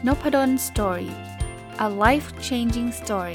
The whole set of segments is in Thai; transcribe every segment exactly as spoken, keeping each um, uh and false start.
Noppadan Story. A life-changing story.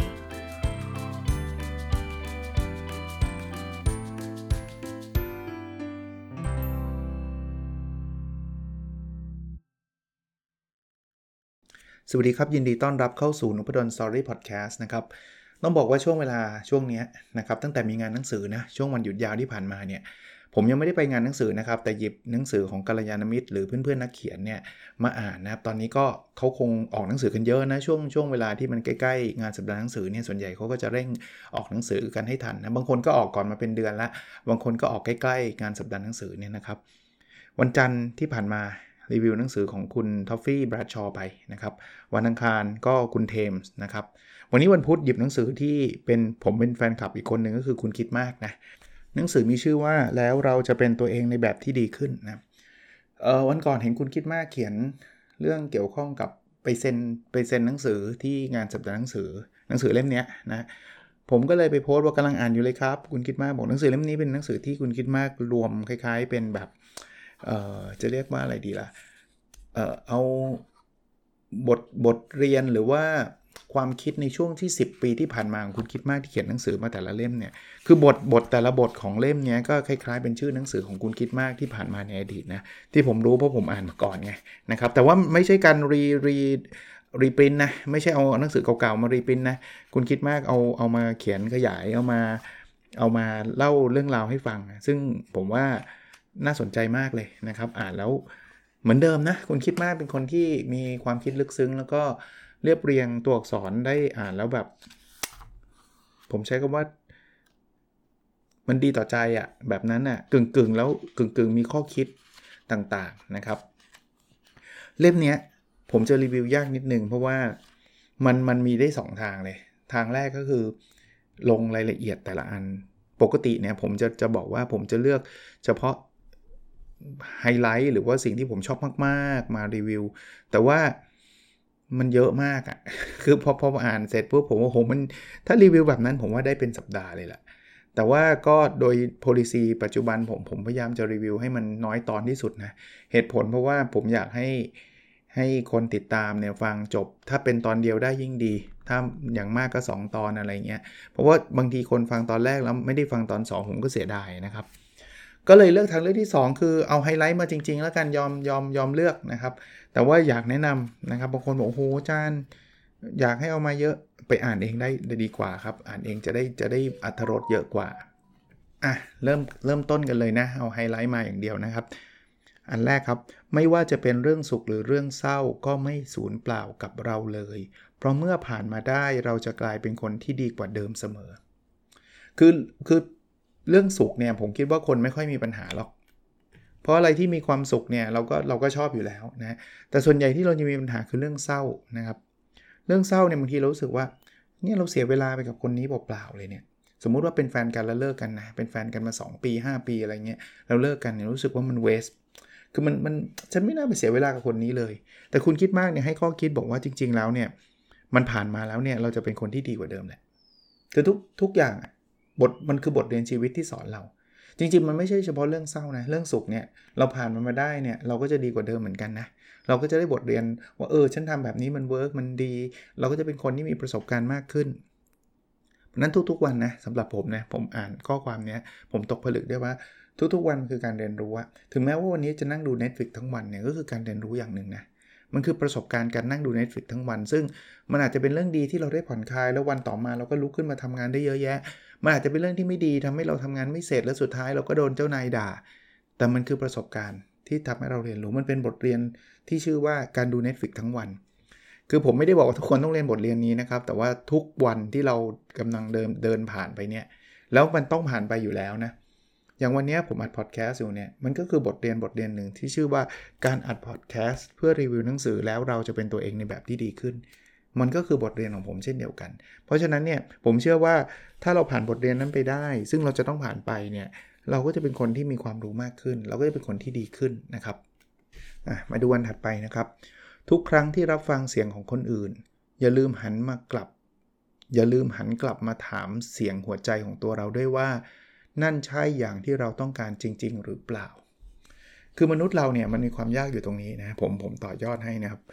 สวัสดีครับยินดีต้อนรับเข้าสู่ Noppadan Story Podcast นะครับต้องบอกว่าช่วงเวลาช่วงนี้นะครับตั้งแต่มีงานหนังสือนะช่วงวันหยุดยาวที่ผ่านมาเนี่ยผมยังไม่ได้ไปงานหนังสือนะครับแต่หยิบหนังสือของกัลยาณมิตรหรือเพื่อนๆนักเขียนเนี่ยมาอ่านนะครับตอนนี้ก็เขาคงออกหนังสือกันเยอะนะช่วงช่วงเวลาที่มันใกล้ๆงานสัปดาห์หนังสือเนี่ยส่วนใหญ่เขาก็จะเร่งออกหนังสือกันให้ทันนะบางคนก็ออกก่อนมาเป็นเดือนละบางคนก็ออกใกล้ๆงานสัปดาห์หนังสือเนี่ยนะครับวันจันทร์ที่ผ่านมารีวิวหนังสือของคุณทอฟฟี่ แบรดชอว์ไปนะครับวันอังคารก็คุณเทมส์นะครับวันนี้วันพุธหยิบหนังสือที่เป็นผมเป็นแฟนคลับอีกคนหนึ่งก็คือคุณคิดมากนะหนังสือมีชื่อว่าแล้วเราจะเป็นตัวเองในแบบที่ดีขึ้นนะเอ่อวันก่อนเห็นคุณคิดมากเขียนเรื่องเกี่ยวข้องกับไปเซ็นไปเซ็นหนังสือที่งานสัปดาห์หนังสือหนังสือเล่มนี้นะผมก็เลยไปโพสต์ว่ากำลังอ่านอยู่เลยครับคุณคิดมากบอกหนังสือเล่มนี้เป็นหนังสือที่คุณคิดมากรวมคล้ายๆเป็นแบบเอ่อจะเรียกว่าอะไรดีล่ะเอ่อเอาบทบทเรียนหรือว่าความคิดในช่วงที่สิบปีที่ผ่านมาของคุณคิดมากที่เขียนหนังสือมาแต่ละเล่มเนี่ยคือบทบทแต่ละบทของเล่มเนี้ยก็คล้ายๆเป็นชื่อหนังสือของคุณคิดมากที่ผ่านมาในอดีตนะที่ผมรู้เพราะผมอ่านมาก่อนไงนะครับแต่ว่าไม่ใช่การรีรีรีปรินท์นะไม่ใช่เอาหนังสือเก่าๆมารีปรินท์นะคุณคิดมากเอาเอามาเขียนขยายเอามาเอามาเล่าเรื่องราวให้ฟังซึ่งผมว่าน่าสนใจมากเลยนะครับอ่านแล้วเหมือนเดิมนะคุณคิดมากเป็นคนที่มีความคิดลึกซึ้งแล้วก็เรียบเรียงตัวอักษรได้อ่านแล้วแบบผมใช้คำว่ามันดีต่อใจอ่ะแบบนั้นน่ะกึ่งๆแล้วกึ่งๆมีข้อคิดต่างๆนะครับเล่มเนี้ยผมจะรีวิวยากนิดนึงเพราะว่ามันมันมีได้สองทางเลยทางแรกก็คือลงรายละเอียดแต่ละอันปกติเนี่ยผมจะจะบอกว่าผมจะเลือกเฉพาะไฮไลท์หรือว่าสิ่งที่ผมชอบมากๆมารีวิวแต่ว่ามันเยอะมากอ่ะคือพอพออ่านเสร็จปุ๊บผมว่าโหมันถ้ารีวิวแบบนั้นผมว่าได้เป็นสัปดาห์เลยแหละแต่ว่าก็โดย policy ปัจจุบันผมผมพยายามจะรีวิวให้มันน้อยตอนที่สุดนะเหตุผลเพราะว่าผมอยากให้ให้คนติดตามเนี่ยฟังจบถ้าเป็นตอนเดียวได้ยิ่งดีถ้าอย่างมากก็สองตอนอะไรเงี้ยเพราะว่าบางทีคนฟังตอนแรกแล้วไม่ได้ฟังตอนสองผมก็เสียดายนะครับก็เลยเลือกทางเลือกที่สองคือเอาไฮไลท์มาจริงๆแล้วกันยอมยอมยอมเลือกนะครับแต่ว่าอยากแนะนำนะครับบางคนบอกโอ้โหอาจารย์อยากให้เอามาเยอะไปอ่านเองได้ดีกว่าครับอ่านเองจะได้จะได้อรรถรสเยอะกว่าอ่ะเริ่มเริ่มต้นกันเลยนะเอาไฮไลท์มาอย่างเดียวนะครับอันแรกครับไม่ว่าจะเป็นเรื่องสุขหรือเรื่องเศร้าก็ไม่สูญเปล่ากับเราเลยเพราะเมื่อผ่านมาได้เราจะกลายเป็นคนที่ดีกว่าเดิมเสมอคือคือเรื่องสุขเนี่ยผมคิดว่าคนไม่ค่อยมีปัญหาหรอกเพราะอะไรที่มีความสุขเนี่ยเราก็เราก็ชอบอยู่แล้วนะแต่ส่วนใหญ่ที่เราจะมีปัญหาคือเรื่องเศร้านะครับเรื่องเศร้าเนี่ยบางทีเรารู้สึกว่าเนี่ยเราเสียเวลาไปกับคนนี้เปล่าๆเลยเนี่ยสมมุติว่าเป็นแฟนกันแล้วเลิกกันนะเป็นแฟนกันมาสองปีห้าปีอะไรเงี้ยแล้วเลิกกันเนี่ยรู้สึกว่ามันเวสคือมันมันฉันไม่น่าไปเสียเวลากับคนนี้เลยแต่คุณคิดมากเนี่ยให้ข้อคิดบอกว่าจริงๆแล้วเนี่ยมันผ่านมาแล้วเนี่ยเราจะเป็นคนที่ดีกว่าเดิมแหละคือทุกทุกอย่างบทมันคือบทเรียนชีวิตที่สอนเราจริงๆมันไม่ใช่เฉพาะเรื่องเศร้านะเรื่องสุขเนี่ยเราผ่านมันมาได้เนี่ยเราก็จะดีกว่าเดิมเหมือนกันนะเราก็จะได้บทเรียนว่าเออฉันทำแบบนี้มันเวิร์กมันดีเราก็จะเป็นคนที่มีประสบการณ์มากขึ้นเพราะนั้นทุกๆวันนะสำหรับผมนะผมอ่านข้อความนี้ผมตกผลึกได้ว่าทุกๆวันคือการเรียนรู้อะถึงแม้ว่าวันนี้จะนั่งดู Netflix ทั้งวันเนี่ยก็คือการเรียนรู้อย่างนึงนะมันคือประสบการณ์การนั่งดู Netflix ทั้งวันซึ่งมันอาจจะเป็นเรื่องดีที่เราได้ผ่อนคลายแล้ววันต่อมาเราก็ลุกขึ้นมาทำงานได้เยอะแยะมันอาจจะเป็นเรื่องที่ไม่ดีทำให้เราทำงานไม่เสร็จแล้วสุดท้ายเราก็โดนเจ้านายด่าแต่มันคือประสบการณ์ที่ทำให้เราเรียนรู้มันเป็นบทเรียนที่ชื่อว่าการดู Netflix ทั้งวันคือผมไม่ได้บอกว่าทุกคนต้องเรียนบทเรียนนี้นะครับแต่ว่าทุกวันที่เรากำลังเดินเดินผ่านไปเนี่ยแล้วมันต้องผ่านไปอยู่แล้วนะอย่างวันนี้ผมอัดพอดแคสต์อยู่เนี่ยมันก็คือบทเรียนบทเรียนหนึ่งที่ชื่อว่าการอัดพอดแคสต์เพื่อรีวิวหนังสือแล้วเราจะเป็นตัวเองในแบบที่ดีขึ้นมันก็คือบทเรียนของผมเช่นเดียวกันเพราะฉะนั้นเนี่ยผมเชื่อว่าถ้าเราผ่านบทเรียนนั้นไปได้ซึ่งเราจะต้องผ่านไปเนี่ยเราก็จะเป็นคนที่มีความรู้มากขึ้นเราก็จะเป็นคนที่ดีขึ้นนะครับอ่ะมาดูวันถัดไปนะครับทุกครั้งที่รับฟังเสียงของคนอื่นอย่าลืมหันมากลับอย่าลืมหันกลับมาถามเสียงหัวใจของตัวเราด้วยว่านั่นใช่อย่างที่เราต้องการจริงๆหรือเปล่าคือมนุษย์เราเนี่ยมันมีความยากอยู่ตรงนี้นะผมผมต่อยอดให้นะครับ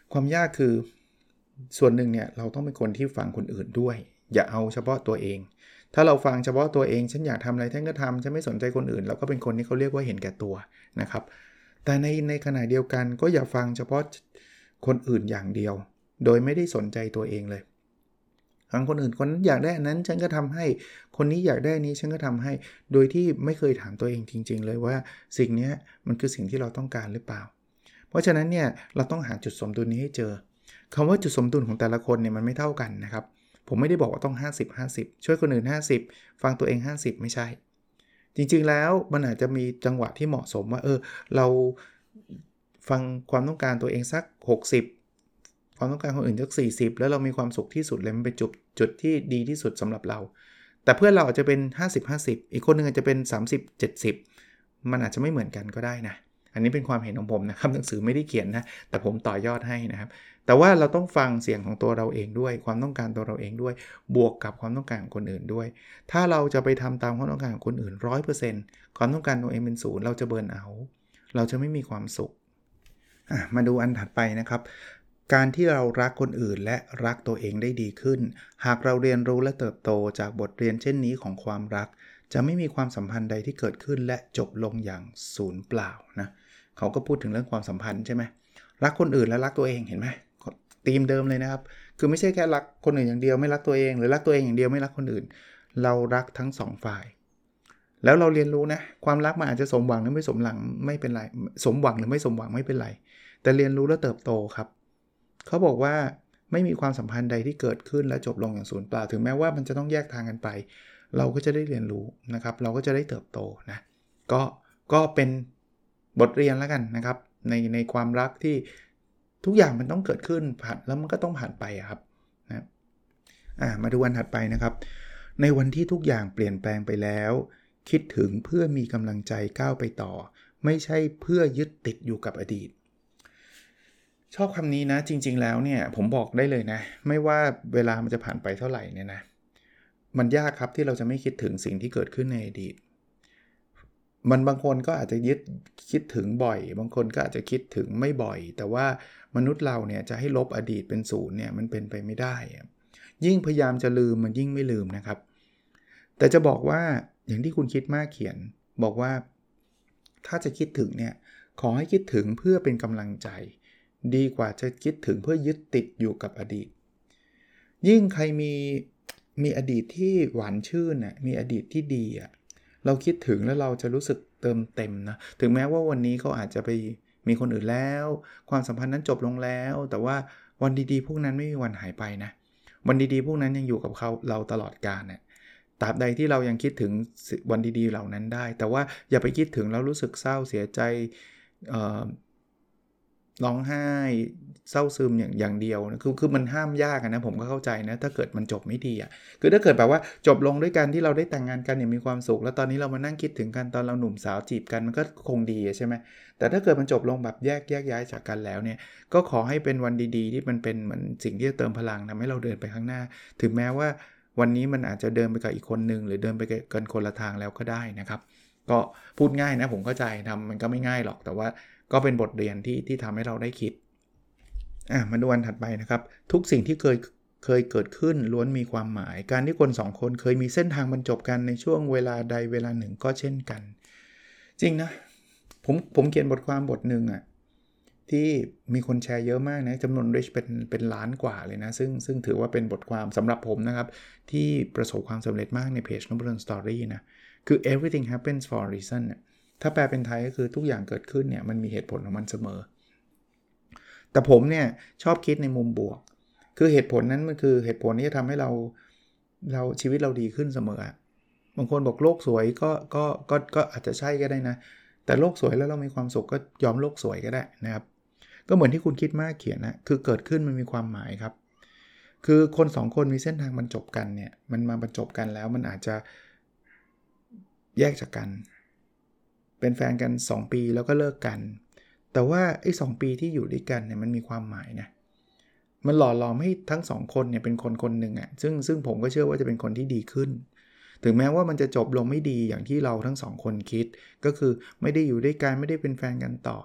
ความยากคือส่วนหนึ่งเนี่ยเราต้องเป็นคนที่ฟังคนอื่นด้วยอย่าเอาเฉพาะตัวเองถ้าเราฟังเฉพาะตัวเองฉันอยากทำอะไรฉันก็ทำฉันไม่สนใจคนอื่นเราก็เป็นคนที่เขาเรียกว่าเห็นแก่ตัวนะครับแต่ในในขณะเดียวกันก็อย่าฟังเฉพาะคนอื่นอย่างเดียวโดยไม่ได้สนใจตัวเองเลยฟังคนอื่นคนนั้นอยากได้อันนั้นฉันก็ทำให้คนนี้อยากได้นี้ฉันก็ทำให้โดยที่ไม่เคยถามตัวเองจริงๆเลยว่าสิ่งนี้มันคือสิ่งที่เราต้องการหรือเปล่าเพราะฉะนั้นเนี่ยเราต้องหาจุดสมดุลนี้ให้เจอคำว่าจุดสมดุลของแต่ละคนเนี่ยมันไม่เท่ากันนะครับผมไม่ได้บอกว่าต้องห้าสิบ ห้าสิบช่วยคนอื่นห้าสิบฟังตัวเองห้าสิบไม่ใช่จริงๆแล้วมันอาจจะมีจังหวะที่เหมาะสมว่าเออเราฟังความต้องการตัวเองสักหกสิบความต้องการคนอื่นสักสี่สิบแล้วเรามีความสุขที่สุดเลยมันเป็นจุดจุดที่ดีที่สุดสำหรับเราแต่เพื่อนเราอาจจะเป็นห้าสิบ ห้าสิบอีกคนนึงอาจจะเป็นสามสิบ เจ็ดสิบมันอาจจะไม่เหมือนกันก็ได้นะอันนี้เป็นความเห็นของผมนะครับหนังสือไม่ได้เขียนนะแต่ผมต่อยอดให้นะครับแต่ว่าเราต้องฟังเสียงของตัวเราเองด้วยความต้องการตัวเราเองด้วยบวกกับความต้องการของคนอื่นด้วยถ้าเราจะไปทำตามความต้องการของคนอื่น ร้อยเปอร์เซ็นต์ ความต้องการตัวเองเป็นศูนย์เราจะเบิร์นเอาท์เราจะไม่มีความสุขมาดูอันถัดไปนะครับการที่เรารักคนอื่นและรักตัวเองได้ดีขึ้นหากเราเรียนรู้และเติบโตจากบทเรียนเช่นนี้ของความรักจะไม่มีความสัมพันธ์ใดที่เกิดขึ้นและจบลงอย่างศูนย์เปล่านะเขาก็พูดถึงเรื่องความสัมพันธ์ใช่ไหมรักคนอื่นและรักตัวเองเห็นไหมธีมเดิมเลยนะครับคือไม่ใช่แค่รักคนอื่นอย่างเดียวไม่รักตัวเองหรือรักตัวเองอย่างเดียวไม่รักคนอื่นเรารักทั้งสองฝ่ายแล้วเราเรียนรู้นะความรักมันอาจจะสมหวังหรือไม่สมหวังไม่เป็นไรสมหวังหรือไม่สมหวังไม่เป็นไรแต่เรียนรู้แล้วเติบโตครับเขาบอกว่าไม่มีความสัมพันธ์ใดที่เกิดขึ้นและจบลงอย่างศูนย์เปล่าถึงแม้ว่ามันจะต้องแยกทางกันไปเราก็จะได้เรียนรู้นะครับเราก็จะได้เติบโตนะก็ก็เป็นบทเรียนแล้วกันนะครับในในความรักที่ทุกอย่างมันต้องเกิดขึ้นผ่านแล้วมันก็ต้องผ่านไปครับนะอ่ามาดูวันถัดไปนะครับในวันที่ทุกอย่างเปลี่ยนแปลงไปแล้วคิดถึงเพื่อมีกำลังใจก้าวไปต่อไม่ใช่เพื่อยึดติดอยู่กับอดีตชอบคำนี้นะจริงๆแล้วเนี่ยผมบอกได้เลยนะไม่ว่าเวลามันจะผ่านไปเท่าไหร่เนี่ยนะมันยากครับที่เราจะไม่คิดถึงสิ่งที่เกิดขึ้นในอดีตมันบางคนก็อาจจะยึดคิดถึงบ่อยบางคนก็อาจจะคิดถึงไม่บ่อยแต่ว่ามนุษย์เราเนี่ยจะให้ลบอดีตเป็นศูนย์เนี่ยมันเป็นไปไม่ได้ยิ่งพยายามจะลืมมันยิ่งไม่ลืมนะครับแต่จะบอกว่าอย่างที่คุณคิดมากเขียนบอกว่าถ้าจะคิดถึงเนี่ยขอให้คิดถึงเพื่อเป็นกำลังใจดีกว่าจะคิดถึงเพื่อยึดติดอยู่กับอดีตยิ่งใครมีมีอดีตที่หวานชื่นน่ะมีอดีตที่ดีอ่ะเราคิดถึงแล้วเราจะรู้สึกเติมเต็มนะถึงแม้ว่าวันนี้เขาอาจจะไปมีคนอื่นแล้วความสัมพันธ์นั้นจบลงแล้วแต่ว่าวันดีๆพวกนั้นไม่มีวันหายไปนะวันดีๆพวกนั้นยังอยู่กับเขาเราตลอดกาลน่ะตราบใดที่เรายังคิดถึงวันดีๆเหล่านั้นได้แต่ว่าอย่าไปคิดถึงแล้วรู้สึกเศร้าเสียใจเอ่อร้องไห้เศร้าซึมอย่างอย่างเดียวนะคือคือมันห้ามยากนะผมก็เข้าใจนะถ้าเกิดมันจบไม่ดีอ่ะคือถ้าเกิดแบบว่าจบลงด้วยกันที่เราได้แต่งงานกันอย่างมีความสุขแล้วตอนนี้เรามานั่งคิดถึงกันตอนเราหนุ่มสาวจีบกันมันก็คงดีใช่ไหมแต่ถ้าเกิดมันจบลงแบบแยกแยกย้ายจากกันแล้วเนี่ยก็ขอให้เป็นวันดีๆที่มันเป็นเหมือนสิ่งที่จะเติมพลังทำให้เราเดินไปข้างหน้าถึงแม้ว่าวันนี้มันอาจจะเดินไปกับอีกคนนึงหรือเดินไปกันคนละทางแล้วก็ได้นะครับก็พูดง่ายนะผมเข้าใจทำมันก็ไม่ง่ายหรอกแต่ว่าก็เป็นบทเรียนที่ที่ทำให้เราได้คิดอ่ะมาดูอันถัดไปนะครับทุกสิ่งที่เคยเคยเกิดขึ้นล้วนมีความหมายการที่คนสองคนเคยมีเส้นทางบรรจบกันในช่วงเวลาใดเวลาหนึ่งก็เช่นกันจริงนะผมผมเขียนบทความบทหนึ่งอ่ะที่มีคนแชร์เยอะมากนะจำนวน reach เป็นเป็นล้านกว่าเลยนะซึ่งซึ่งถือว่าเป็นบทความสำหรับผมนะครับที่ประสบความสำเร็จมากในเพจ Noble Story นะคือ everything happens for a reason นะถ้าแปลเป็นไทยก็คือทุกอย่างเกิดขึ้นเนี่ยมันมีเหตุผลของมันเสมอแต่ผมเนี่ยชอบคิดในมุมบวกคือเหตุผลนั้นมันคือเหตุผลที่จะทำให้เราเราชีวิตเราดีขึ้นเสมอบางคนบอกโลกสวยก็ก็ก็ก็อาจจะใช่ก็ได้นะแต่โลกสวยแล้วเรามีความสุขก็ยอมโลกสวยก็ได้นะครับก็เหมือนที่คุณคิดมากเขียนนะคือเกิดขึ้นมันมีความหมายครับคือคนสองคนมีเส้นทางบรรจบกันเนี่ยมันมาบรรจบกันแล้วมันอาจจะแยกจากกันเป็นแฟนกันสองปีแล้วก็เลิกกันแต่ว่าไอ้สองปีที่อยู่ด้วยกันเนี่ยมันมีความหมายนะมันหล่อหลอมให้ทั้งสองคนเนี่ยเป็นคนคนหนึ่งอ่ะซึ่งซึ่งผมก็เชื่อว่าจะเป็นคนที่ดีขึ้นถึงแม้ว่ามันจะจบลงไม่ดีอย่างที่เราทั้งสองคนคิดก็คือไม่ได้อยู่ด้วยกันไม่ได้เป็นแฟนกันต่อ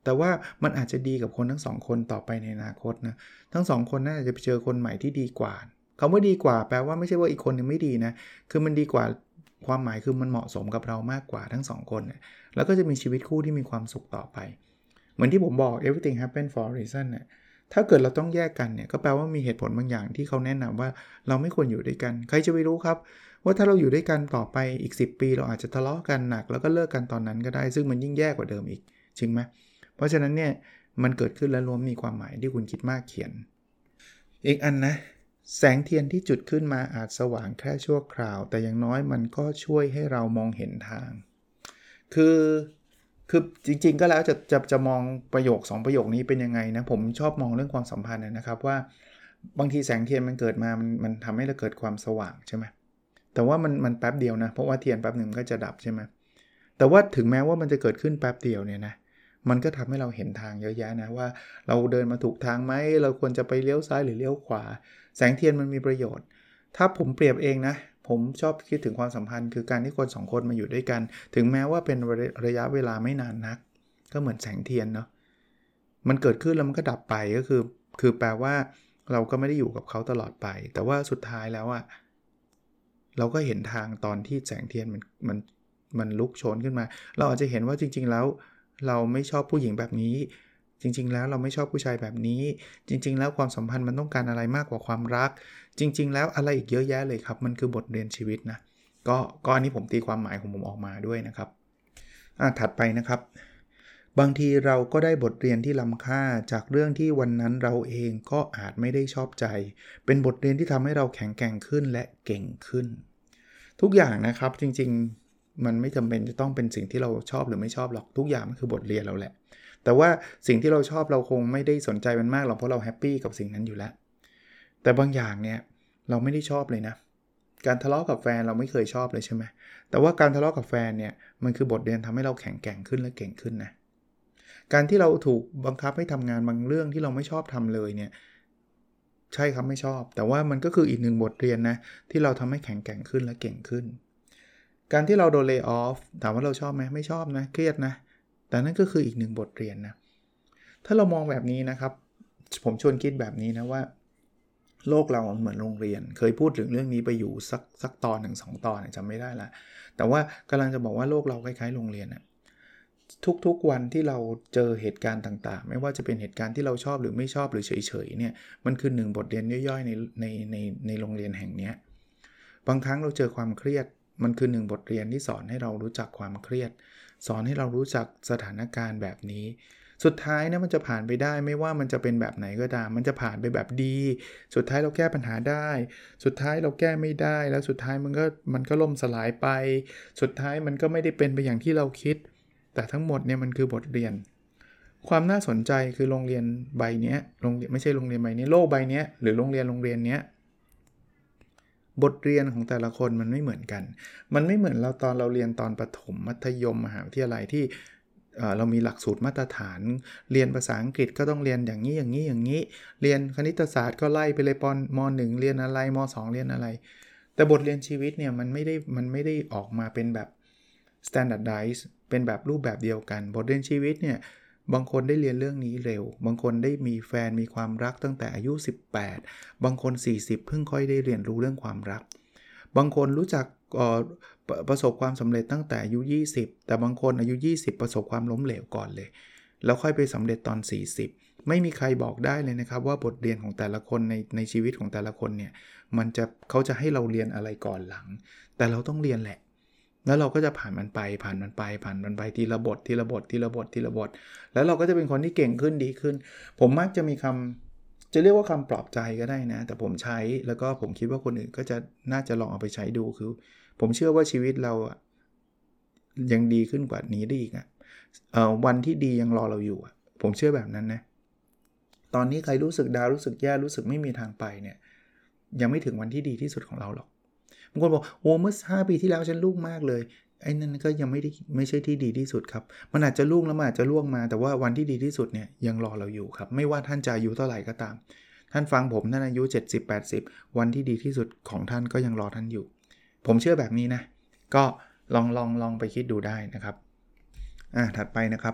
แต่ว่ามันอาจจะดีกับคนทั้งสองคนต่อไปในอนาคตนะทั้งสองคนน่าจะไปเจอคนใหม่ที่ดีกว่าคำว่าดีกว่าแปลว่าไม่ใช่ว่าอีกคนนึงไม่ดีนะคือมันดีกว่าความหมายคือมันเหมาะสมกับเรามากกว่าทั้งสองคนนะแล้วก็จะมีชีวิตคู่ที่มีความสุขต่อไปเหมือนที่ผมบอก everything happen for a reason เนี่ยถ้าเกิดเราต้องแยกกันเนี่ยก็แปลว่ามีเหตุผลบางอย่างที่เขาแนะนำว่าเราไม่ควรอยู่ด้วยกันใครจะไปรู้ครับว่าถ้าเราอยู่ด้วยกันต่อไปอีกสิบปีเราอาจจะทะเลาะกันหนักแล้วก็เลิกกันตอนนั้นก็ได้ซึ่งมันยิ่งแย่กว่าเดิมอีกจริงไหมเพราะฉะนั้นเนี่ยมันเกิดขึ้นและล้วนมีความหมายที่คุณคิดมากเขียนอีกอันนะแสงเทียนที่จุดขึ้นมาอาจสว่างแค่ชั่วคราวแต่อย่างน้อยมันก็ช่วยให้เรามองเห็นทางคือคือจริงๆก็แล้วจะจะจะมองประโยคสองประโยคนี้เป็นยังไงนะผมชอบมองเรื่องความสัมพันธ์นะครับว่าบางทีแสงเทียนมันเกิดมามันมันทำให้เราเกิดความสว่างใช่ไหมแต่ว่ามันมันแป๊บเดียวนะเพราะว่าเทียนแป๊บหนึ่งก็จะดับใช่ไหมแต่ว่าถึงแม้ว่ามันจะเกิดขึ้นแป๊บเดียวเนี่ยนะมันก็ทำให้เราเห็นทางเยอะแยะนะว่าเราเดินมาถูกทางไหมเราควรจะไปเลี้ยวซ้ายหรือเลี้ยวขวาแสงเทียนมันมีประโยชน์ถ้าผมเปรียบเองนะผมชอบคิดถึงความสัมพันธ์คือการที่คนสองคนมาอยู่ด้วยกันถึงแม้ว่าเป็นระยะเวลาไม่นานนักก็เหมือนแสงเทียนเนาะมันเกิดขึ้นแล้วมันก็ดับไปก็คือคือแปลว่าเราก็ไม่ได้อยู่กับเขาตลอดไปแต่ว่าสุดท้ายแล้วอะเราก็เห็นทางตอนที่แสงเทียนมันมันมันลุกโชนขึ้นมาเราอาจจะเห็นว่าจริงๆแล้วเราไม่ชอบผู้หญิงแบบนี้จริงๆแล้วเราไม่ชอบผู้ชายแบบนี้จริงๆแล้วความสัมพันธ์มันต้องการอะไรมากกว่าความรักจริงๆแล้วอะไรอีกเยอะแยะเลยครับมันคือบทเรียนชีวิตนะก็ก็อันนี้ผมตีความหมายของผมออกมาด้วยนะครับอ่ะถัดไปนะครับบางทีเราก็ได้บทเรียนที่ล้ำค่าจากเรื่องที่วันนั้นเราเองก็อาจไม่ได้ชอบใจเป็นบทเรียนที่ทำให้เราแข็งแกร่งขึ้นและเก่งขึ้นทุกอย่างนะครับจริงๆมันไม่จำเป็นจะต้องเป็นสิ่งที่เราชอบหรือไม่ชอบหรอกทุกอย่างมันคือบทเรียนเราแหละแต่ว่าสิ่งที่เราชอบเราคงไม่ได้สนใจมันมากหรอกเพราะเราแฮปปี้กับสิ่งนั้นอยู่แล้วแต่บางอย่างเนี่ยเราไม่ได้ชอบเลยนะการทะเลาะกับแฟนเราไม่เคยชอบเลยใช่ไหมแต่ว่าการทะเลาะกับแฟนเนี่ยมันคือบทเรียนทำให้เราแข็งแกร่งขึ้นและเก่งขึ้นนะการที่เราถูกบังคับให้ทำงานบางเรื่องที่เราไม่ชอบทำเลยเนี่ยใช่ครับไม่ชอบแต่ว่ามันก็คืออีกหนึ่งบทเรียนนะที่เราทำให้แข็งแกร่งขึ้นและเก่งขึ้นการที่เราโดนเลย์ออฟถามว่าเราชอบไหมไม่ชอบนะเครียดนะแต่นั่นก็คืออีกหนึ่งบทเรียนนะถ้าเรามองแบบนี้นะครับผมชวนคิดแบบนี้นะว่าโลกเราเหมือนโรงเรียนเคยพูดถึงเรื่องนี้ไปอยู่สักสักตอนหนึ่งสองตอนจำไม่ได้ละแต่ว่ากำลังจะบอกว่าโลกเราคล้ายๆโรงเรียนนะทุกๆวันที่เราเจอเหตุการณ์ต่างๆไม่ว่าจะเป็นเหตุการณ์ที่เราชอบหรือไม่ชอบหรือเฉยๆเนี่ยมันคือหนึ่งบทเรียนย่อยๆในในในในโรงเรียนแห่งนี้บางครั้งเราเจอความเครียดมันคือหนึ่งบทเรียนที่สอนให้เรารู้จักความเครียดสอนให้เรารู้จักสถานการณ์แบบนี้สุดท้ายนะมันจะผ่านไปได้ไม่ว่ามันจะเป็นแบบไหนก็ตามมันจะผ่านไปแบบดีสุดท้ายเราแก้ปัญหาได้สุดท้ายเราแก้ไม่ได้แล้วสุดท้ายมันก็มันก็ล่มสลายไปสุดท้ายมันก็ไม่ได้เป็นไปอย่างที่เราคิดแต่ทั้งหมดเนี่ยมันคือบทเรียนความน่าสนใจคือโรงเรียนใบนี้โรงเรียนไม่ใช่โรงเรียนใบนี้โลกใบนี้หรือโรงเรียนโรงเรียนนี้บทเรียนของแต่ละคนมันไม่เหมือนกันมันไม่เหมือนเราตอนเราเรียนตอนประถมมัธยมมหาวิทยาลัยที่เรามีหลักสูตรมาตรฐานเรียนภาษาอังกฤษก็ต้องเรียนอย่างนี้อย่างนี้อย่างนี้เรียนคณิตศาสตร์ก็ไล่ไปเลยปมหนึ่งเรียนอะไรมสองเรียนอะไรแต่บทเรียนชีวิตเนี่ยมันไม่ได้มันไม่ได้ออกมาเป็นแบบ standardize เป็นแบบรูปแบบเดียวกันบทเรียนชีวิตเนี่ยบางคนได้เรียนเรื่องนี้เร็วบางคนได้มีแฟนมีความรักตั้งแต่อายุสิบแปดบางคนสี่สิบเพิ่งค่อยได้เรียนรู้เรื่องความรักบางคนรู้จักประสบความสำเร็จตั้งแต่อายุยี่สิบแต่บางคนอายุยี่สิบประสบความล้มเหลวก่อนเลยแล้วค่อยไปสำเร็จตอนสี่สิบไม่มีใครบอกได้เลยนะครับว่าบทเรียนของแต่ละคนในในชีวิตของแต่ละคนเนี่ยมันจะเขาจะให้เราเรียนอะไรก่อนหลังแต่เราต้องเรียนแหละแล้วเราก็จะผ่านมันไปผ่านมันไปผ่านมันไปทีละบททีละบททีละบททีละบทแล้วเราก็จะเป็นคนที่เก่งขึ้นดีขึ้นผมมักจะมีคำจะเรียกว่าคำปลอบใจก็ได้นะแต่ผมใช้แล้วก็ผมคิดว่าคนอื่นก็จะน่าจะลองเอาไปใช้ดูคือผมเชื่อว่าชีวิตเราอ่ะยังดีขึ้นกว่านี้ได้อีกอ่ะเอ่อวันที่ดียังรอเราอยู่อ่ะผมเชื่อแบบนั้นนะตอนนี้ใครรู้สึกดาวรู้สึกแย่รู้สึกไม่มีทางไปเนี่ยยังไม่ถึงวันที่ดีที่สุดของเราหรอกบางคนบอกโอ้เมื่อห้าปีที่แล้วฉันลุ่งมากเลยไอ้นั่นก็ยังไม่ได้ไม่ใช่ที่ดีที่สุดครับมันอาจจะลุ่งแล้วมันอาจจะล่วงมาแต่ว่าวันที่ดีที่สุดเนี่ยยังรอเราอยู่ครับไม่ว่าท่านจะอายุเท่าไหร่ก็ตามท่านฟังผมท่านอายุเจ็ดสิบ แปดสิบวันที่ดีที่สุดของท่านก็ยังรอท่านอยู่ผมเชื่อแบบนี้นะก็ลองลองลองไปคิดดูได้นะครับอ่ะถัดไปนะครับ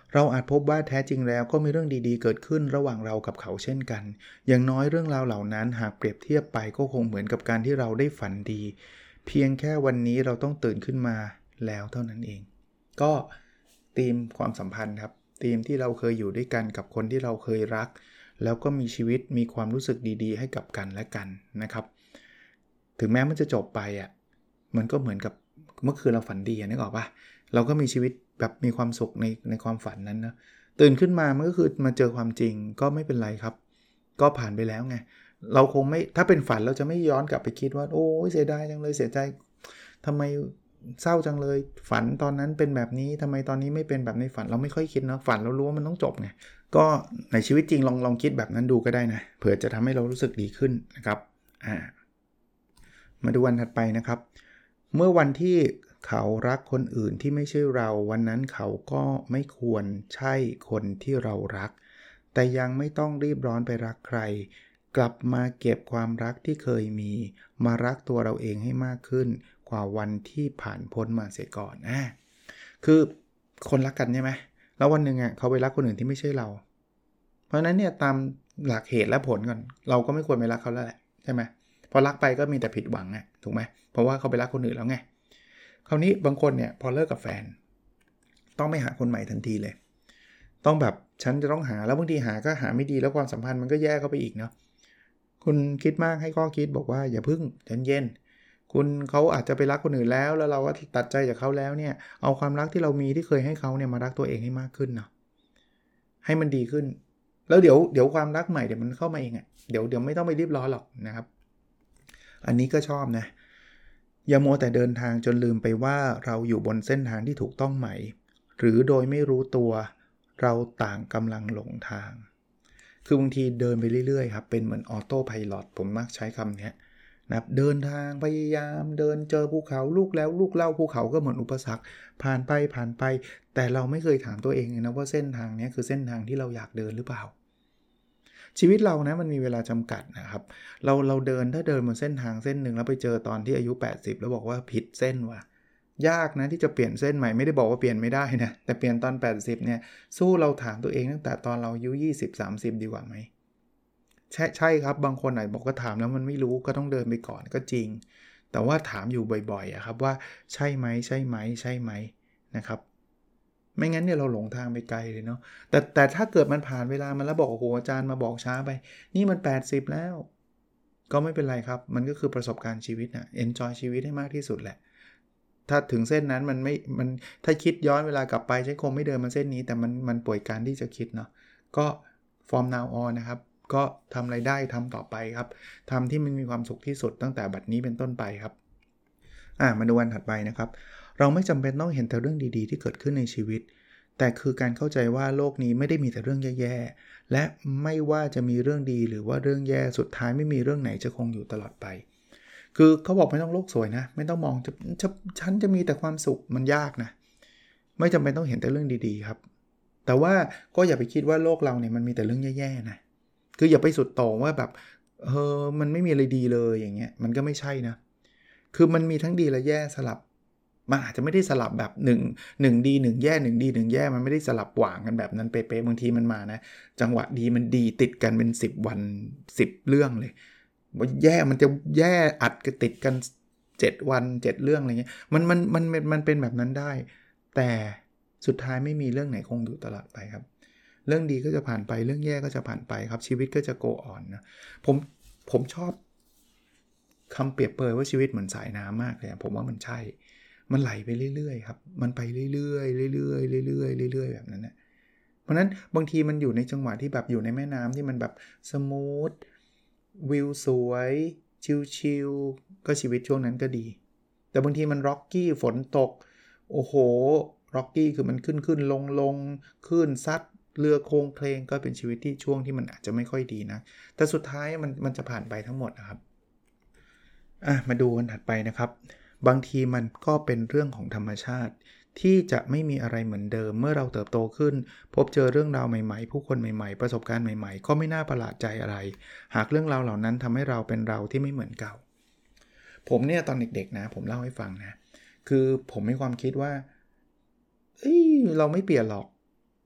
เราอาจพบว่าแท้จริงแล้วก็มีเรื่องดีๆเกิดขึ้นระหว่างเรากับเขาเช่นกันอย่างน้อยเรื่องราวเหล่านั้นหากเปรียบเทียบไปก็คงเหมือนกับการที่เราได้ฝันดีเพียงแค่วันนี้เราต้องตื่นขึ้นมาแล้วเท่านั้นเองก็ธีมความสัมพันธ์ครับธีมที่เราเคยอยู่ด้วยกันกับคนที่เราเคยรักแล้วก็มีชีวิตมีความรู้สึกดีๆให้กับกันและกันนะครับถึงแม้มันจะจบไปอ่ะมันก็เหมือนกับเมื่อคืนเราฝันดีนึกออกป่ะเราก็มีชีวิตแบบมีความสุขในในความฝันนั้นนะตื่นขึ้นมามันก็คือมาเจอความจริงก็ไม่เป็นไรครับก็ผ่านไปแล้วไงเราคงไม่ถ้าเป็นฝันเราจะไม่ย้อนกลับไปคิดว่าโอ้ยเสียดายจังเลยเสียใจทำไมเศร้าจังเลยฝันตอนนั้นเป็นแบบนี้ทำไมตอนนี้ไม่เป็นแบบในฝันเราไม่ค่อยคิดนะฝันเรารู้ว่ามันต้องจบไงก็ในชีวิตจริงลองลองคิดแบบนั้นดูก็ได้นะเผื่อจะทำให้เรารู้สึกดีขึ้นนะครับอ่ามาดูวันถัดไปนะครับเมื่อวันที่เขารักคนอื่นที่ไม่ใช่เราวันนั้นเขาก็ไม่ควรใช่คนที่เรารักแต่ยังไม่ต้องรีบร้อนไปรักใครกลับมาเก็บความรักที่เคยมีมารักตัวเราเองให้มากขึ้นกว่าวันที่ผ่านพ้นมาเสียก่อนอ่ะคือคนรักกันใช่ไหมแล้ววันหนึ่งอ่ะเขาไปรักคนอื่นที่ไม่ใช่เราเพราะนั้นเนี่ยตามหลักเหตุและผลก่อนเราก็ไม่ควรไปรักเขาแล้วแหละใช่ไหมพอรักไปก็มีแต่ผิดหวังอ่ะถูกไหมเพราะว่าเขาไปรักคนอื่นแล้วไงคราวนี้บางคนเนี่ยพอเลิกกับแฟนต้องไม่หาคนใหม่ทันทีเลยต้องแบบฉันจะต้องหาแล้วบางทีหาก็หาไม่ดีแล้วความสัมพันธ์มันก็แย่เข้าไปอีกเนาะคุณคิดมากให้ข้อคิดบอกว่าอย่าพึ่งใจเย็นคุณเขาอาจจะไปรักคนอื่นแล้วแล้วเราก็ตัดใจจากเขาแล้วเนี่ยเอาความรักที่เรามีที่เคยให้เขาเนี่ยมารักตัวเองให้มากขึ้นเนาะให้มันดีขึ้นแล้วเดี๋ยวเดี๋ยวความรักใหม่เดี๋ยวมันเข้ามาเองอ่ะเดี๋ยวเดี๋ยวไม่ต้องไปรีบร้อนหรอกนะครับอันนี้ก็ชอบนะอย่ามัวแต่เดินทางจนลืมไปว่าเราอยู่บนเส้นทางที่ถูกต้องไหมหรือโดยไม่รู้ตัวเราต่างกำลังหลงทางคือบางทีเดินไปเรื่อยๆครับเป็นเหมือนออโต้ไพลอตผมมักใช้คำนี้นะครับเดินทางพยายามเดินเจอภูเขาลูกแล้วลูกเล่าภูเขาก็เหมือนอุปสรรคผ่านไปผ่านไปแต่เราไม่เคยถามตัวเองเลยนะว่าเส้นทางนี้คือเส้นทางที่เราอยากเดินหรือเปล่าชีวิตเรานะมันมีเวลาจำกัดนะครับเราเราเดินถ้าเดินบนเส้นทางเส้นหนึ่งแล้วไปเจอตอนที่อายุแปดสิบแล้วบอกว่าผิดเส้นว่ะยากนะที่จะเปลี่ยนเส้นใหม่ไม่ได้บอกว่าเปลี่ยนไม่ได้นะแต่เปลี่ยนตอนแปดสิบเนี่ยสู้เราถามตัวเองตั้งแต่ตอนเราอายุยี่สิบ สามสิบดีกว่าไหมใช่ใช่ครับบางคนอาจบอกว่าถามแล้วมันไม่รู้ก็ต้องเดินไปก่อนก็จริงแต่ว่าถามอยู่บ่อยๆอะครับว่าใช่ไหมใช่ไหมใช่ไหมนะครับไม่งั้นเนี่ยเราหลงทางไปไกลเลยเนาะแต่แต่ถ้าเกิดมันผ่านเวลามันแล้วบอกโอ้โหอาจารย์มาบอกช้าไปนี่มันแปดสิบแล้วก็ไม่เป็นไรครับมันก็คือประสบการณ์ชีวิตนะ enjoy ชีวิตให้มากที่สุดแหละถ้าถึงเส้นนั้นมันไม่มันถ้าคิดย้อนเวลากลับไปฉันคงไม่เดินมาเส้นนี้แต่มันมันป่วยการที่จะคิดเนาะก็ from now on นะครับก็ทำอะไรได้ทำต่อไปครับทำที่มันมีความสุขที่สุดตั้งแต่บัดนี้เป็นต้นไปครับอ่ะมาดูวันถัดไปนะครับเราไม่จำเป็นต้องเห็นแต่เรื่องดีๆที่เกิดขึ้นในชีวิตแต่คือการเข้าใจว่าโลกนี้ไม่ได้มีแต่เรื่องแย่ๆและไม่ว่าจะมีเรื่องดีหรือว่าเรื่องแย่สุดท้ายไม่มีเรื่องไหนจะคงอยู่ตลอดไปคือเขาบอกไม่ต้องโลกสวยนะไม่ต้องมองจะจะฉันจะมีแต่ความสุขมันยากนะไม่จำเป็นต้องเห็นแต่เรื่องดีๆครับแต่ว่าก็อย่าไปคิดว่าโลกเราเนี่ยมันมีแต่เรื่องแย่ๆนะคืออย่าไปสุดโต่งว่าแบบเออมันไม่มีอะไรดีเลยอย่างเงี้ยมันก็ไม่ใช่นะคือมันมีทั้งดีและแย่สลับมันอาจจะไม่ได้สลับแบบหนึ่ง หนึ่งดีหนึ่งแย่หนึ่งดีหนึ่งแย่มันไม่ได้สลับหว่างกันแบบนั้นเป๊ะๆบางทีมันมานะจังหวะดีมันดีติดกันเป็นสิบวันสิบเรื่องเลยว่าแย่มันจะแย่อัดกันติดกันเจ็ดวันเจ็ดเรื่องอะไรเงี้ยมันมันมันมันเป็นแบบนั้นได้แต่สุดท้ายไม่มีเรื่องไหนคงอยู่ตลอดไปครับเรื่องดีก็จะผ่านไปเรื่องแย่ก็จะผ่านไปครับชีวิตก็จะ go on นะผมผมชอบคำเปรียบเปรยว่าชีวิตเหมือนสายน้ำมากเลยผมว่ามันใช่มันไหลไปเรื่อยๆครับมันไปเรื่อยๆเรื่อยๆเรื่อยๆเรื่อยๆแบบนั้นนะเพราะนั้นบางทีมันอยู่ในจังหวะที่แบบอยู่ในแม่น้ำที่มันแบบสมูทวิวสวยชิลๆก็ชีวิตช่วงนั้นก็ดีแต่บางทีมันร็อกกี้ฝนตกโอ้โหร็อกกี้คือมันขึ้นขึ้นลงลงขึ้นซัดเรือโค้งเพลงก็เป็นชีวิตที่ช่วงที่มันอาจจะไม่ค่อยดีนะแต่สุดท้ายมันมันจะผ่านไปทั้งหมดนะครับอ่ะมาดูวันถัดไปนะครับบางทีมันก็เป็นเรื่องของธรรมชาติที่จะไม่มีอะไรเหมือนเดิมเมื่อเราเติบโตขึ้นพบเจอเรื่องราวใหม่ๆผู้คนใหม่ๆประสบการณ์ใหม่ๆก็ไม่น่าประหลาดใจอะไรหากเรื่องราวเหล่านั้นทำให้เราเป็นเราที่ไม่เหมือนเก่าผมเนี่ยตอนเด็กๆนะผมเล่าให้ฟังนะคือผมมีความคิดว่าเอ้ยเราไม่เปลี่ยนหรอก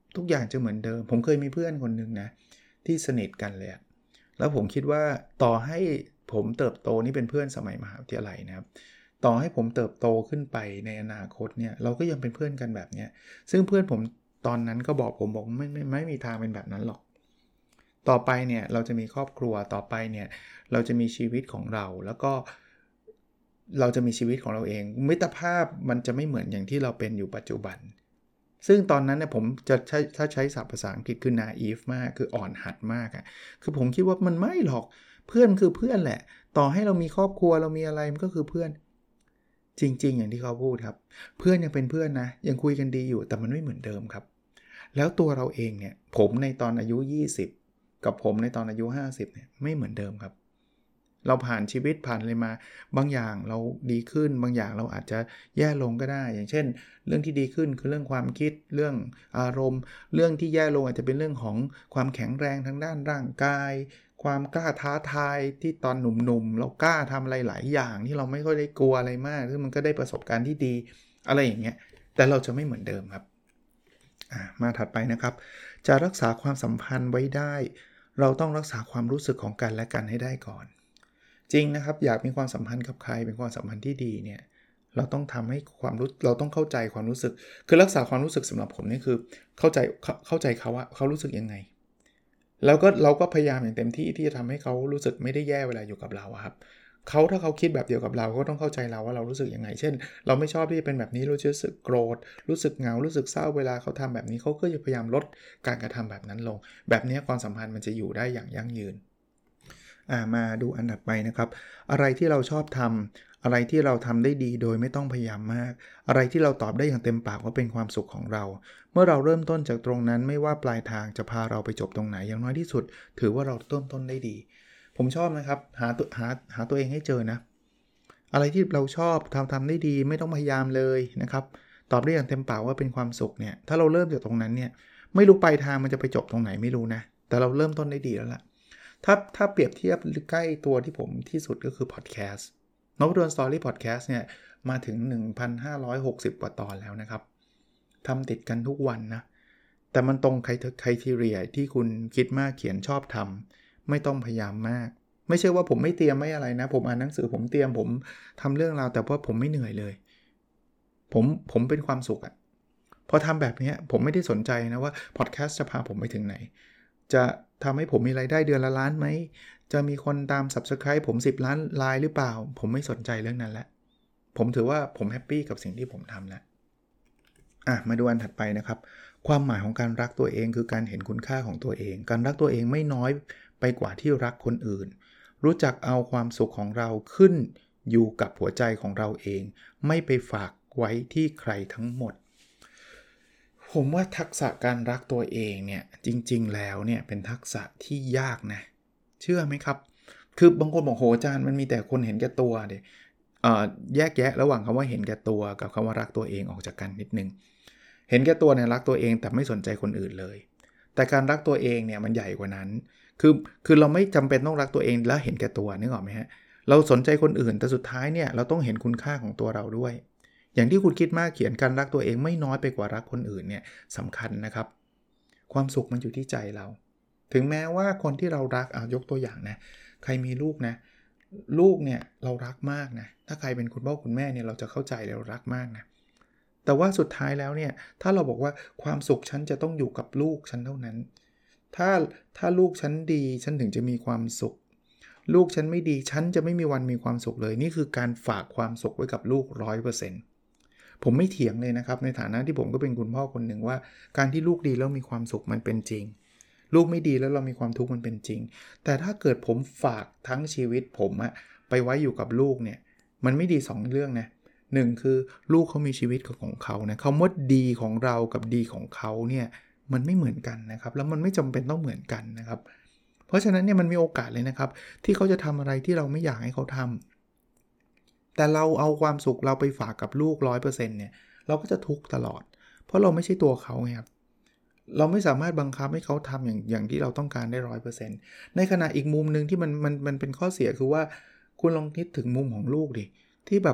ทุกอย่างจะเหมือนเดิมผมเคยมีเพื่อนคนนึงนะที่สนิทกันเลยแล้วผมคิดว่าต่อให้ผมเติบโตนี่เป็นเพื่อนสมัยมหาวิทยาลัยนะครับต่อให้ผมเติบโตขึ้นไปในอนาคตเนี่ยเราก็ยังเป็นเพื่อนกันแบบนี้ซึ่งเพื่อนผมตอนนั้นก็บอกผมบอกไม่ไม่ไม่มีทางเป็นแบบนั้นหรอกต่อไปเนี่ยเราจะมีครอบครัวต่อไปเนี่ยเราจะมีชีวิตของเราแล้วก็เราจะมีชีวิตของเราเองมิตรภาพมันจะไม่เหมือนอย่างที่เราเป็นอยู่ปัจจุบันซึ่งตอนนั้นเนี่ยผมจะใช้ถ้าใช้ศัพท์ภาษาอังกฤษคือ naive มากคืออ่อนหัดมากอ่ะคือผมคิดว่ามันไม่หรอกเพื่อนคือเพื่อนแหละต่อให้เรามีครอบครัวเรามีอะไรมันก็คือเพื่อนจริงๆอย่างที่เขาพูดครับเพื่อนยังเป็นเพื่อนนะยังคุยกันดีอยู่แต่มันไม่เหมือนเดิมครับแล้วตัวเราเองเนี่ยผมในตอนอายุยี่สิบกับผมในตอนอายุห้าสิบเนี่ยไม่เหมือนเดิมครับเราผ่านชีวิตผ่านอะไรมาบางอย่างเราดีขึ้นบางอย่างเราอาจจะแย่ลงก็ได้อย่างเช่นเรื่องที่ดีขึ้นคือเรื่องความคิดเรื่องอารมณ์เรื่องที่แย่ลงอาจจะเป็นเรื่องของความแข็งแรงทางด้านร่างกายความกล้าท้าทายที่ตอนหนุ่มๆเรากล้าทำอะไรหลายอย่างที่เราไม่ค่อยได้กลัวอะไรมากซึ่งมันก็ได้ประสบการณ์ที่ดีอะไรอย่างเงี้ยแต่เราจะไม่เหมือนเดิมครับมาถัดไปนะครับจะรักษาความสัมพันธ์ไว้ได้เราต้องรักษาความรู้สึกของกันและกันให้ได้ก่อนจริงนะครับอยากมีความสัมพันธ์กับใครเป็นความสัมพันธ์ที่ดีเนี่ยเราต้องทำให้ความรู้เราต้องเข้าใจความรู้สึกคือรักษาความรู้สึกสำหรับผมนี่คือเข้าใจเข้าใจเขาว่าเขารู้สึกยังไงแล้วก็เราก็พยายามอย่างเต็มที่ที่จะทำให้เขารู้สึกไม่ได้แย่เวลาอยู่กับเราครับเขาถ้าเขาคิดแบบเดียวกับเราก็ต้องเข้าใจเราว่าเรารู้สึกยังไงเช่นเราไม่ชอบที่จะเป็นแบบนี้รู้สึกโกรธรู้สึกเหงารู้สึกเศร้าเวลาเขาทำแบบนี้เขาก็จะพยายามลดการกระทำแบบนั้นลงแบบนี้ความสัมพันธ์มันจะอยู่ได้อย่างยั่งยืนมาดูอันดับไปนะครับอะไรที่เราชอบทำอะไรที่เราทำได้ดีโดยไม่ต้องพยายามมากอะไรที่เราตอบได้อย่างเต็มปากว่าเป็นความสุขของเราเมื่อเราเริ่มต้นจากตรงนั้นไม่ว่าปลายทางจะพาเราไปจบตรงไหนอย่างน้อยที่สุดถือว่าเราเริ่มต้นได้ดีผมชอบนะครับหาตัวหาหาตัวเองให้เจอนะอะไรที่เราชอบทำทำได้ดีไม่ต้องพยายามเลยนะครับตอบได้อย่างเต็มปากว่าเป็นความสุขเนี่ยถ้าเราเริ่มจากตรงนั้นเนี่ยไม่รู้ปลายทางมันจะไปจบตรงไหนไม่รู้นะแต่เราเริ่มต้นได้ดีแล้วล่ะถ้าถ้าเปรียบเทียบใกล้ตัวที่ผมที่สุดก็คือพอดแคสต์นพดลสตอรี่พอดแคสต์เนี่ยมาถึง หนึ่งพันห้าร้อยหกสิบ กว่าตอนแล้วนะครับทำติดกันทุกวันนะแต่มันตรงไครทีเรียที่คุณคิดมากเขียนชอบทำไม่ต้องพยายามมากไม่ใช่ว่าผมไม่เตรียมไม่อะไรนะผมอ่านหนังสือผมเตรียมผมทำเรื่องราวแต่ว่าผมไม่เหนื่อยเลยผมผมเป็นความสุขอะพอทำแบบนี้ผมไม่ได้สนใจนะว่าพอดแคสต์จะพาผมไปถึงไหนจะทำให้ผมมีรายได้เดือนละล้านไหมจะมีคนตาม Subscribe ผมสิบล้านรายหรือเปล่าผมไม่สนใจเรื่องนั้นแล้วผมถือว่าผมแฮปปี้กับสิ่งที่ผมทำแล้วอ่ะมาดูอันถัดไปนะครับความหมายของการรักตัวเองคือการเห็นคุณค่าของตัวเองการรักตัวเองไม่น้อยไปกว่าที่รักคนอื่นรู้จักเอาความสุขของเราขึ้นอยู่กับหัวใจของเราเองไม่ไปฝากไว้ที่ใครทั้งหมดผมว่าทักษะการรักตัวเองเนี่ยจริงๆแล้วเนี่ยเป็นทักษะที่ยากนะเชื่อไหมครับคือบางคนบอกโหอาจารย์มันมีแต่คนเห็นแก่ตัวเดยเอ่อแยกแยะระหว่างคำว่าเห็นแก่ตัวกับคำว่ารักตัวเองออกจากกันนิดนึงเห็นแก่ตัวเนี่ยรักตัวเองแต่ไม่สนใจคนอื่นเลยแต่การรักตัวเองเนี่ยมันใหญ่กว่านั้นคือคือเราไม่จำเป็นต้องรักตัวเองแล้วเห็นแก่ตัวนึกออกไหมฮะเราสนใจคนอื่นแต่สุดท้ายเนี่ยเราต้องเห็นคุณค่าของตัวเราด้วยอย่างที่คุณคิดมากเขียนการรักตัวเองไม่น้อยไปกว่ารักคนอื่นเนี่ยสำคัญนะครับความสุขมันอยู่ที่ใจเราถึงแม้ว่าคนที่เรารักเอายกตัวอย่างนะใครมีลูกนะลูกเนี่ยเรารักมากนะถ้าใครเป็นคุณพ่อคุณแม่เนี่ยเราจะเข้าใจเรารักมากนะแต่ว่าสุดท้ายแล้วเนี่ยถ้าเราบอกว่าความสุขฉันจะต้องอยู่กับลูกฉันเท่านั้นถ้าถ้าลูกฉันดีฉันถึงจะมีความสุขลูกฉันไม่ดีฉันจะไม่มีวันมีความสุขเลยนี่คือการฝากความสุขไว้กับลูก ร้อยเปอร์เซ็นต์ ผมไม่เถียงเลยนะครับในฐานะที่ผมก็เป็นคุณพ่อคนหนึ่งว่าการที่ลูกดีแล้วมีความสุขมันเป็นจริงลูกไม่ดีแล้วเรามีความทุกข์มันเป็นจริงแต่ถ้าเกิดผมฝากทั้งชีวิตผมอะไปไว้อยู่กับลูกเนี่ยมันไม่ดีสองเรื่องนะหนึ่งคือลูกเขามีชีวิตของเขานะคำว่าดีของเรากับดีของเขาเนี่ยมันไม่เหมือนกันนะครับแล้วมันไม่จำเป็นต้องเหมือนกันนะครับเพราะฉะนั้นเนี่ยมันมีโอกาสเลยนะครับที่เขาจะทำอะไรที่เราไม่อยากให้เขาทำแต่เราเอาความสุขเราไปฝากกับลูก ร้อยเปอร์เซ็นต์ เนี่ยเราก็จะทุกข์ตลอดเพราะเราไม่ใช่ตัวเขาไงครับเราไม่สามารถบังคับให้เขาทำอย่างอย่างที่เราต้องการได้ ร้อยเปอร์เซ็นต์ ในขณะอีกมุมนึงที่มันมันมันเป็นข้อเสียคือว่าคุณลองคิดถึงมุมของลูกดิที่แบบ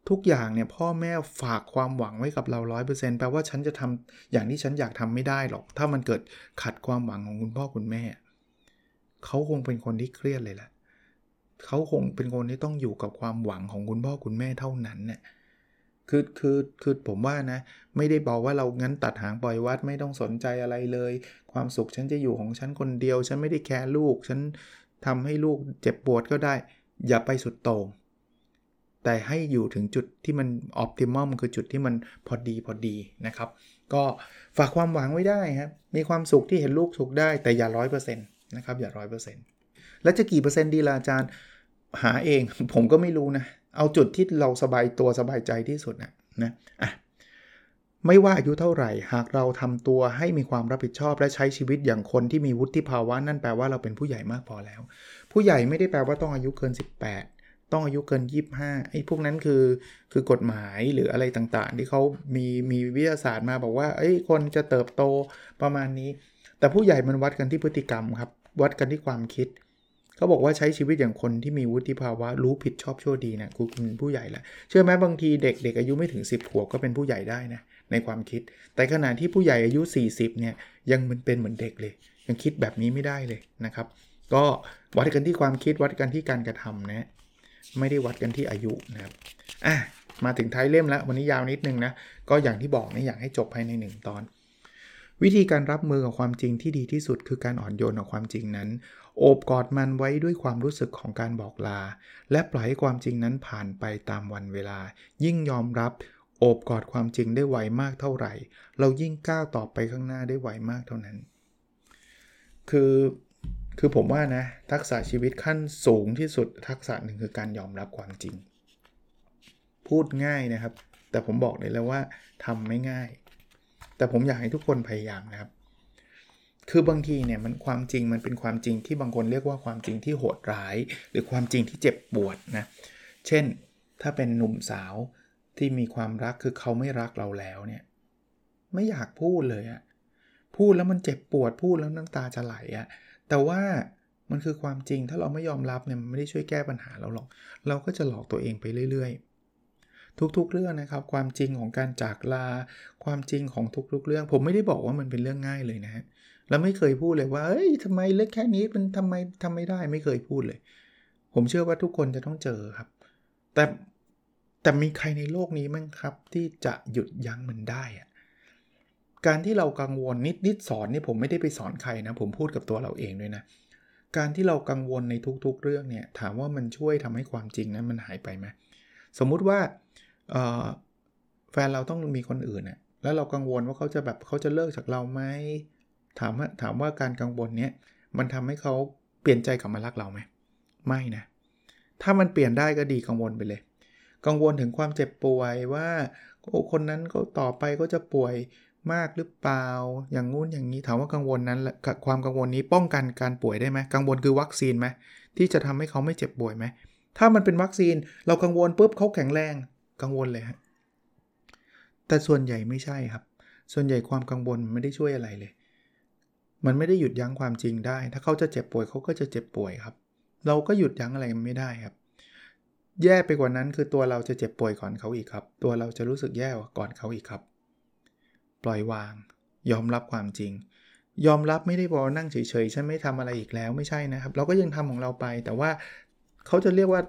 ทุกอย่างเนี่ยพ่อแม่ฝากความหวังไว้กับเรา ร้อยเปอร์เซ็นต์ แปลว่าฉันจะทำอย่างที่ฉันอยากทำไม่ได้หรอกถ้ามันเกิดขัดความหวังของคุณพ่อคุณแม่เขาคงเป็นคนที่เครียดเลยแหละเขาคงเป็นคนที่ต้องอยู่กับความหวังของคุณพ่อคุณแม่เท่านั้นเนี่ยคือคือคือผมว่านะไม่ได้บอกว่าเรางั้นตัดหางปล่อยวัดไม่ต้องสนใจอะไรเลยความสุขฉันจะอยู่ของฉันคนเดียวฉันไม่ได้แคร์ลูกฉันทำให้ลูกเจ็บปวดก็ได้อย่าไปสุดโต่งแต่ให้อยู่ถึงจุดที่มันออพติมัมคือจุดที่มันพอดีพอดีนะครับก็ฝากความหวังไว้ได้ครับมีความสุขที่เห็นลูกสุขได้แต่อย่า ร้อยเปอร์เซ็นต์ นะครับอย่า ร้อยเปอร์เซ็นต์ แล้วจะกี่เปอร์เซ็นต์ดีล่ะอาจารย์หาเองผมก็ไม่รู้นะเอาจุดที่เราสบายตัวสบายใจที่สุดนะนะอ่ะไม่ว่าอายุเท่าไหร่หากเราทำตัวให้มีความรับผิดชอบและใช้ชีวิตอย่างคนที่มีวุฒิภาวะนั่นแปลว่าเราเป็นผู้ใหญ่มากพอแล้วผู้ใหญ่ไม่ได้แปลว่าต้องอายุเกินสิบแปดต้องอายุเกินยี่สิบห้าไอ้พวกนั้นคือคือกฎหมายหรืออะไรต่างๆที่เขามีมีวิทยาศาสตร์มาบอกว่าเอ้ยคนจะเติบโตประมาณนี้แต่ผู้ใหญ่มันวัดกันที่พฤติกรรมครับวัดกันที่ความคิดเขาบอกว่าใช้ชีวิตอย่างคนที่มีวุฒิภาวะรู้ผิดชอบชั่วดีนะคุณเป็นผู้ใหญ่แล้วเชื่อไหมบางทีเด็กเด็กอายุไม่ถึงสิบขวบก็เป็นผู้ใหญ่ได้นะในความคิดแต่ขณะที่ผู้ใหญ่อายุสี่สิบเนี่ยยังมันเป็นเหมือนเด็กเลยยังคิดแบบนี้ไม่ได้เลยนะครับก็วัดกันที่ความคิดวัดกันที่การกระทำนะไม่ได้วัดกันที่อายุนะครับอ่ะมาถึงท้ายเล่มแล้ววันนี้ยาวนิดนึงนะก็อย่างที่บอกนะอยากให้จบภายในหนึ่งตอนวิธีการรับมือกับความจริงที่ดีที่สุดคือการอ่อนโยนกับความจริงนั้นโอบกอดมันไว้ด้วยความรู้สึกของการบอกลาและปล่อยให้ความจริงนั้นผ่านไปตามวันเวลายิ่งยอมรับโอบกอดความจริงได้ไวมากเท่าไหร่เรายิ่งก้าวต่อไปข้างหน้าได้ไวมากเท่านั้นคือคือผมว่านะทักษะชีวิตขั้นสูงที่สุดทักษะหนึ่งคือการยอมรับความจริงพูดง่ายนะครับแต่ผมบอกเลยแล้วว่าทำไม่ง่ายแต่ผมอยากให้ทุกคนพยายามนะครับคือบางทีเนี่ยมันความจริงมันเป็นความจริงที่บางคนเรียกว่าความจริงที่โหดร้ายหรือความจริงที่เจ็บปวดนะเช่นถ้าเป็นหนุ่มสาวที่มีความรักคือเขาไม่รักเราแล้วเนี่ยไม่อยากพูดเลยอะพูดแล้วมันเจ็บปวดพูดแล้วน้ำตาจะไหลอะแต่ว่ามันคือความจริงถ้าเราไม่ยอมรับเนี่ยมันไม่ได้ช่วยแก้ปัญหาเราหรอกเราก็จะหลอกตัวเองไปเรื่อยๆทุกๆเรื่องนะครับความจริงของการจากลาความจริงของทุกๆเรื่องผมไม่ได้บอกว่ามันเป็นเรื่องง่ายเลยนะฮะแล้วไม่เคยพูดเลยว่าเอ้ยทำไมเรื่องแค่นี้มันทำไมทำไม่ได้ไม่เคยพูดเลยผมเชื่อว่าทุกคนจะต้องเจอครับแต่แต่มีใครในโลกนี้มั้งครับที่จะหยุดยั้งมันได้อะการที่เรากังวลนิดนิดสอนนี่ผมไม่ได้ไปสอนใครนะผมพูดกับตัวเราเองด้วยนะการที่เรากังวลในทุกๆเรื่องเนี่ยถามว่ามันช่วยทำให้ความจริงนั้นมันหายไปไหมสมมุติว่าเอ่อแฟนเราต้องมีคนอื่นน่ะแล้วเรากังวลว่าเขาจะแบบเขาจะเลิกจากเราไหมถามว่าถามว่าการกังวลเนี้ยมันทำให้เขาเปลี่ยนใจกลับมารักเราไหมไม่นะถ้ามันเปลี่ยนได้ก็ดีกังวลไปเลยกังวลถึงความเจ็บป่วยว่าโอ้คนนั้นเขาต่อไปก็จะป่วยมากหรือเปล่าอย่างงู้นอย่างนี้ถามว่ากังวลนั้นความกังวลนี้ป้องกันการป่วยได้ไหมกังวลคือวัคซีนไหมที่จะทำให้เขาไม่เจ็บป่วยไหมถ้ามันเป็นวัคซีนเรากังวลปุ๊บเขาแข็งแรงกังวลเลยฮะแต่ส่วนใหญ่ไม่ใช่ครับส่วนใหญ่ความกังวลไม่ได้ช่วยอะไรเลยมันไม่ได้หยุดยั้งความจริงได้ถ้าเขาจะเจ็บป่วยเขาก็จะเจ็บป่วยครับเราก็หยุดยั้งอะไรไม่ได้ครับแย่ไปกว่านั้นคือตัวเราจะเจ็บป่วยก่อนเขาอีกครับตัวเราจะรู้สึกแย่กว่าก่อนเขาอีกครับปล่อยวางยอมรับความจริงยอมรับไม่ได้บอกนั่งเฉยๆฉันไม่ทำอะไรอีกแล้วไม่ใช่นะครับเราก็ยังทำของเราไปแต่ว่าเขาจะเรียกว่า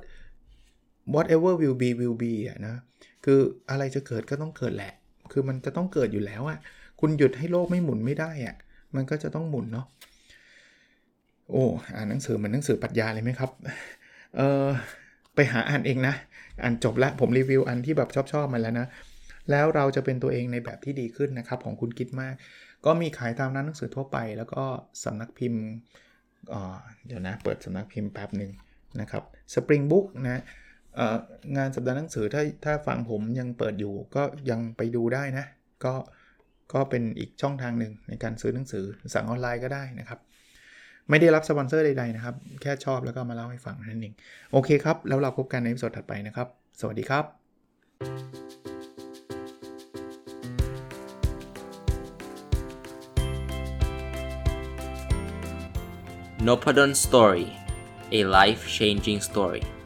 whatever will be will be อ่ะนะคืออะไรจะเกิดก็ต้องเกิดแหละคือมันจะต้องเกิดอยู่แล้วอ่ะคุณหยุดให้โลกไม่หมุนไม่ได้อ่ะมันก็จะต้องหมุนเนาะโอ้อ่านหนังสือเหมือนหนังสือปรัชญาเลยไหมครับเออไปหาอ่านเองนะอ่านจบแล้วผมรีวิวอันที่แบบชอบๆมาแล้วนะแล้วเราจะเป็นตัวเองในแบบที่ดีขึ้นนะครับของคุณคิดมากก็มีขายตามร้านหนังสือทั่วไปแล้วก็สำนักพิมพ์อ่าเดี๋ยวนะเปิดสำนักพิมพ์แป๊บนึงนะครับ Spring Book นะเอ่องานสัปดาห์หนังสือถ้าถ้าฟังผมยังเปิดอยู่ก็ยังไปดูได้นะก็ก็เป็นอีกช่องทางหนึ่งในการซื้อหนังสือสั่งออนไลน์ก็ได้นะครับไม่ได้รับสปอนเซอร์ใดๆนะครับแค่ชอบแล้วก็มาเล่าให้ฟังนั่นเองโอเคครับแล้วเราพบกันในอีพิโซดถัดไปนะครับสวัสดีครับ Nopadon Story, a life-changing story.